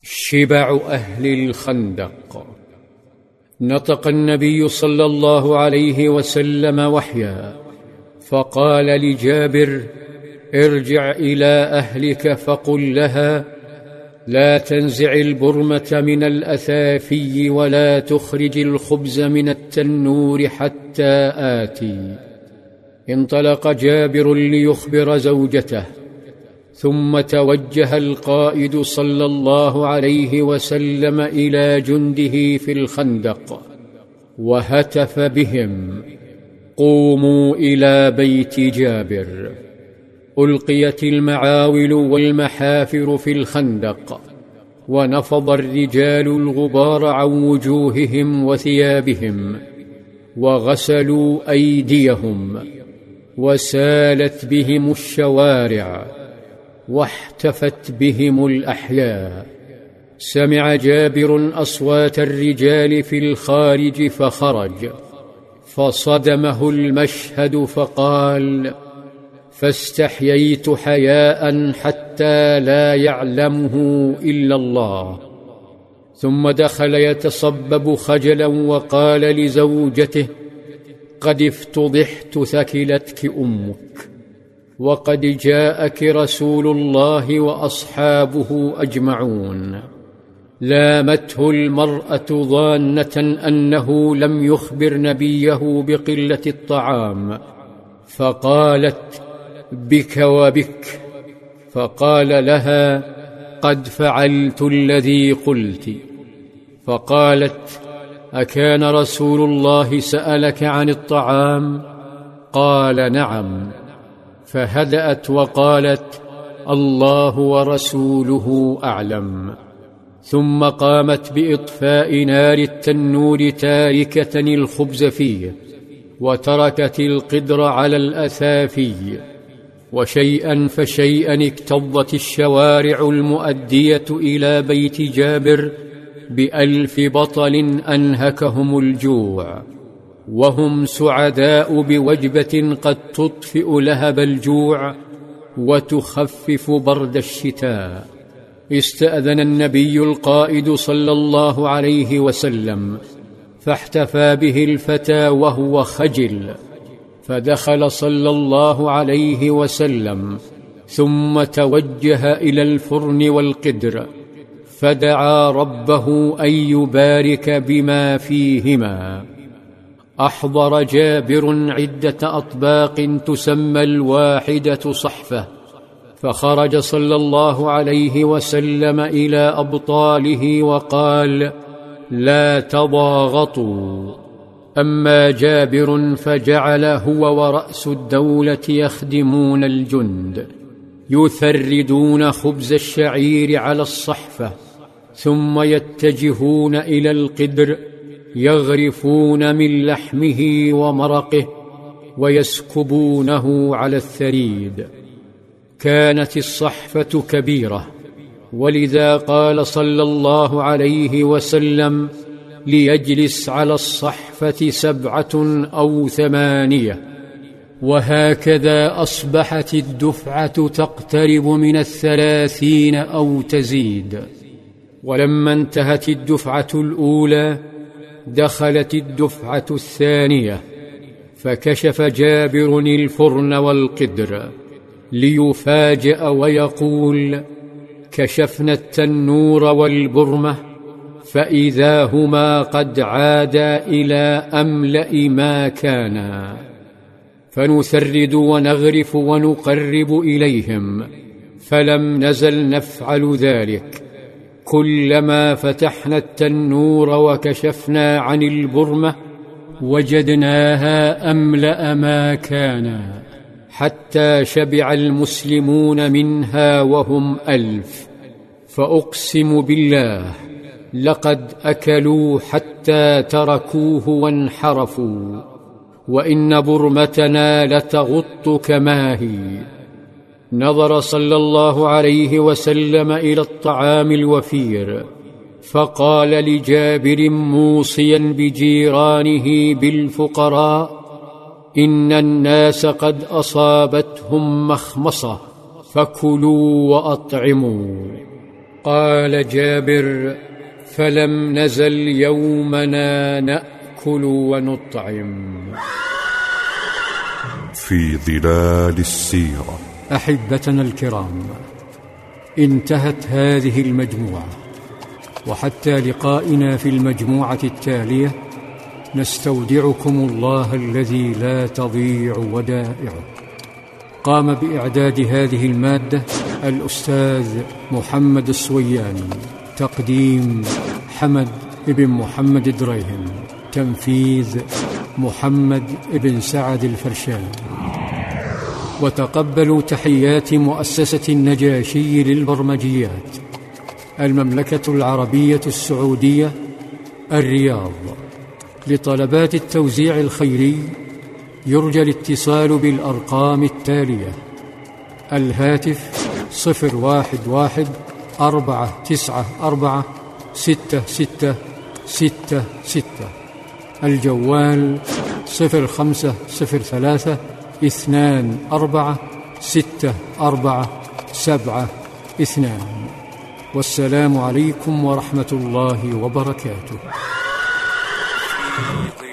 شبع أهل الخندق. نطق النبي صلى الله عليه وسلم وحيا فقال لجابر: ارجع إلى أهلك فقل لها: لا تنزع البرمة من الأثافي ولا تخرج الخبز من التنور حتى آتي. انطلق جابر ليخبر زوجته، ثم توجه القائد صلى الله عليه وسلم إلى جنده في الخندق وهتف بهم: قوموا إلى بيت جابر. ألقيت المعاول والمحافر في الخندق، ونفض الرجال الغبار عن وجوههم وثيابهم، وغسلوا أيديهم، وسالت بهم الشوارع، واحتفت بهم الأحياء. سمع جابر أصوات الرجال في الخارج فخرج، فصدمه المشهد فقال: فاستحييت حياء حتى لا يعلمه إلا الله. ثم دخل يتصبب خجلا وقال لزوجته: قد افتضحت ثكلتك أمك، وقد جاءك رسول الله وأصحابه أجمعون. لامته المرأة ظانة أنه لم يخبر نبيه بقلة الطعام، فقالت: بك وبك. فقال لها: قد فعلت الذي قلت. فقالت: أكان رسول الله سألك عن الطعام؟ قال: نعم. فهدأت وقالت: الله ورسوله أعلم. ثم قامت بإطفاء نار التنور تاركة الخبز فيه، وتركت القدر على الأثافي، وشيئا فشيئا اكتظت الشوارع المؤدية إلى بيت جابر ب1000 بطل أنهكهم الجوع، وهم سعداء بوجبة قد تطفئ لهب الجوع وتخفف برد الشتاء. استأذن النبي القائد صلى الله عليه وسلم، فاحتفى به الفتى وهو خجل، فدخل صلى الله عليه وسلم، ثم توجه إلى الفرن والقدر، فدعا ربه أن يبارك بما فيهما. أحضر جابر عدة أطباق تسمى الواحدة صحفة، فخرج صلى الله عليه وسلم إلى أبطاله وقال: لا تضاغطوا. أما جابر فجعل هو ورأس الدولة يخدمون الجند، يثردون خبز الشعير على الصحفة، ثم يتجهون إلى القدر يغرفون من لحمه ومرقه ويسكبونه على الثريد. كانت الصحفة كبيرة، ولذا قال صلى الله عليه وسلم: ليجلس على الصحفة 7 أو 8. وهكذا أصبحت الدفعة تقترب من 30 أو تزيد. ولما انتهت الدفعة الأولى دخلت الدفعة الثانية، فكشف جابر الفرن والقدر ليفاجأ ويقول: كشفنا التنور والبرمة فإذا هما قد عادا إلى أملأ ما كانا، فنثرد ونغرف ونقرب إليهم، فلم نزل نفعل ذلك. كلما فتحنا التنور وكشفنا عن البرمة وجدناها أملأ ما كانا، حتى شبع المسلمون منها وهم 1000. فأقسم بالله لقد أكلوا حتى تركوه وانحرفوا، وإن برمتنا لتغط كما هي. نظر صلى الله عليه وسلم إلى الطعام الوفير، فقال لجابر موصيا بجيرانه بالفقراء: إن الناس قد أصابتهم مخمصة، فكلوا وأطعموا. قال جابر: فلم نزل يومنا نأكل ونطعم. في ظلال السيرة. أحبتنا الكرام، انتهت هذه المجموعة، وحتى لقائنا في المجموعة التالية نستودعكم الله الذي لا تضيع ودائعه. قام بإعداد هذه المادة الأستاذ محمد الصوياني، تقديم حمد بن محمد دريهم، تنفيذ محمد بن سعد الفرشان. وتقبلوا تحيات مؤسسة النجاشي للبرمجيات، المملكة العربية السعودية، الرياض. لطلبات التوزيع الخيري يرجى الاتصال بالأرقام التالية: الهاتف 011-494-6666، الجوال 05-03-24-64-72. والسلام عليكم ورحمة الله وبركاته.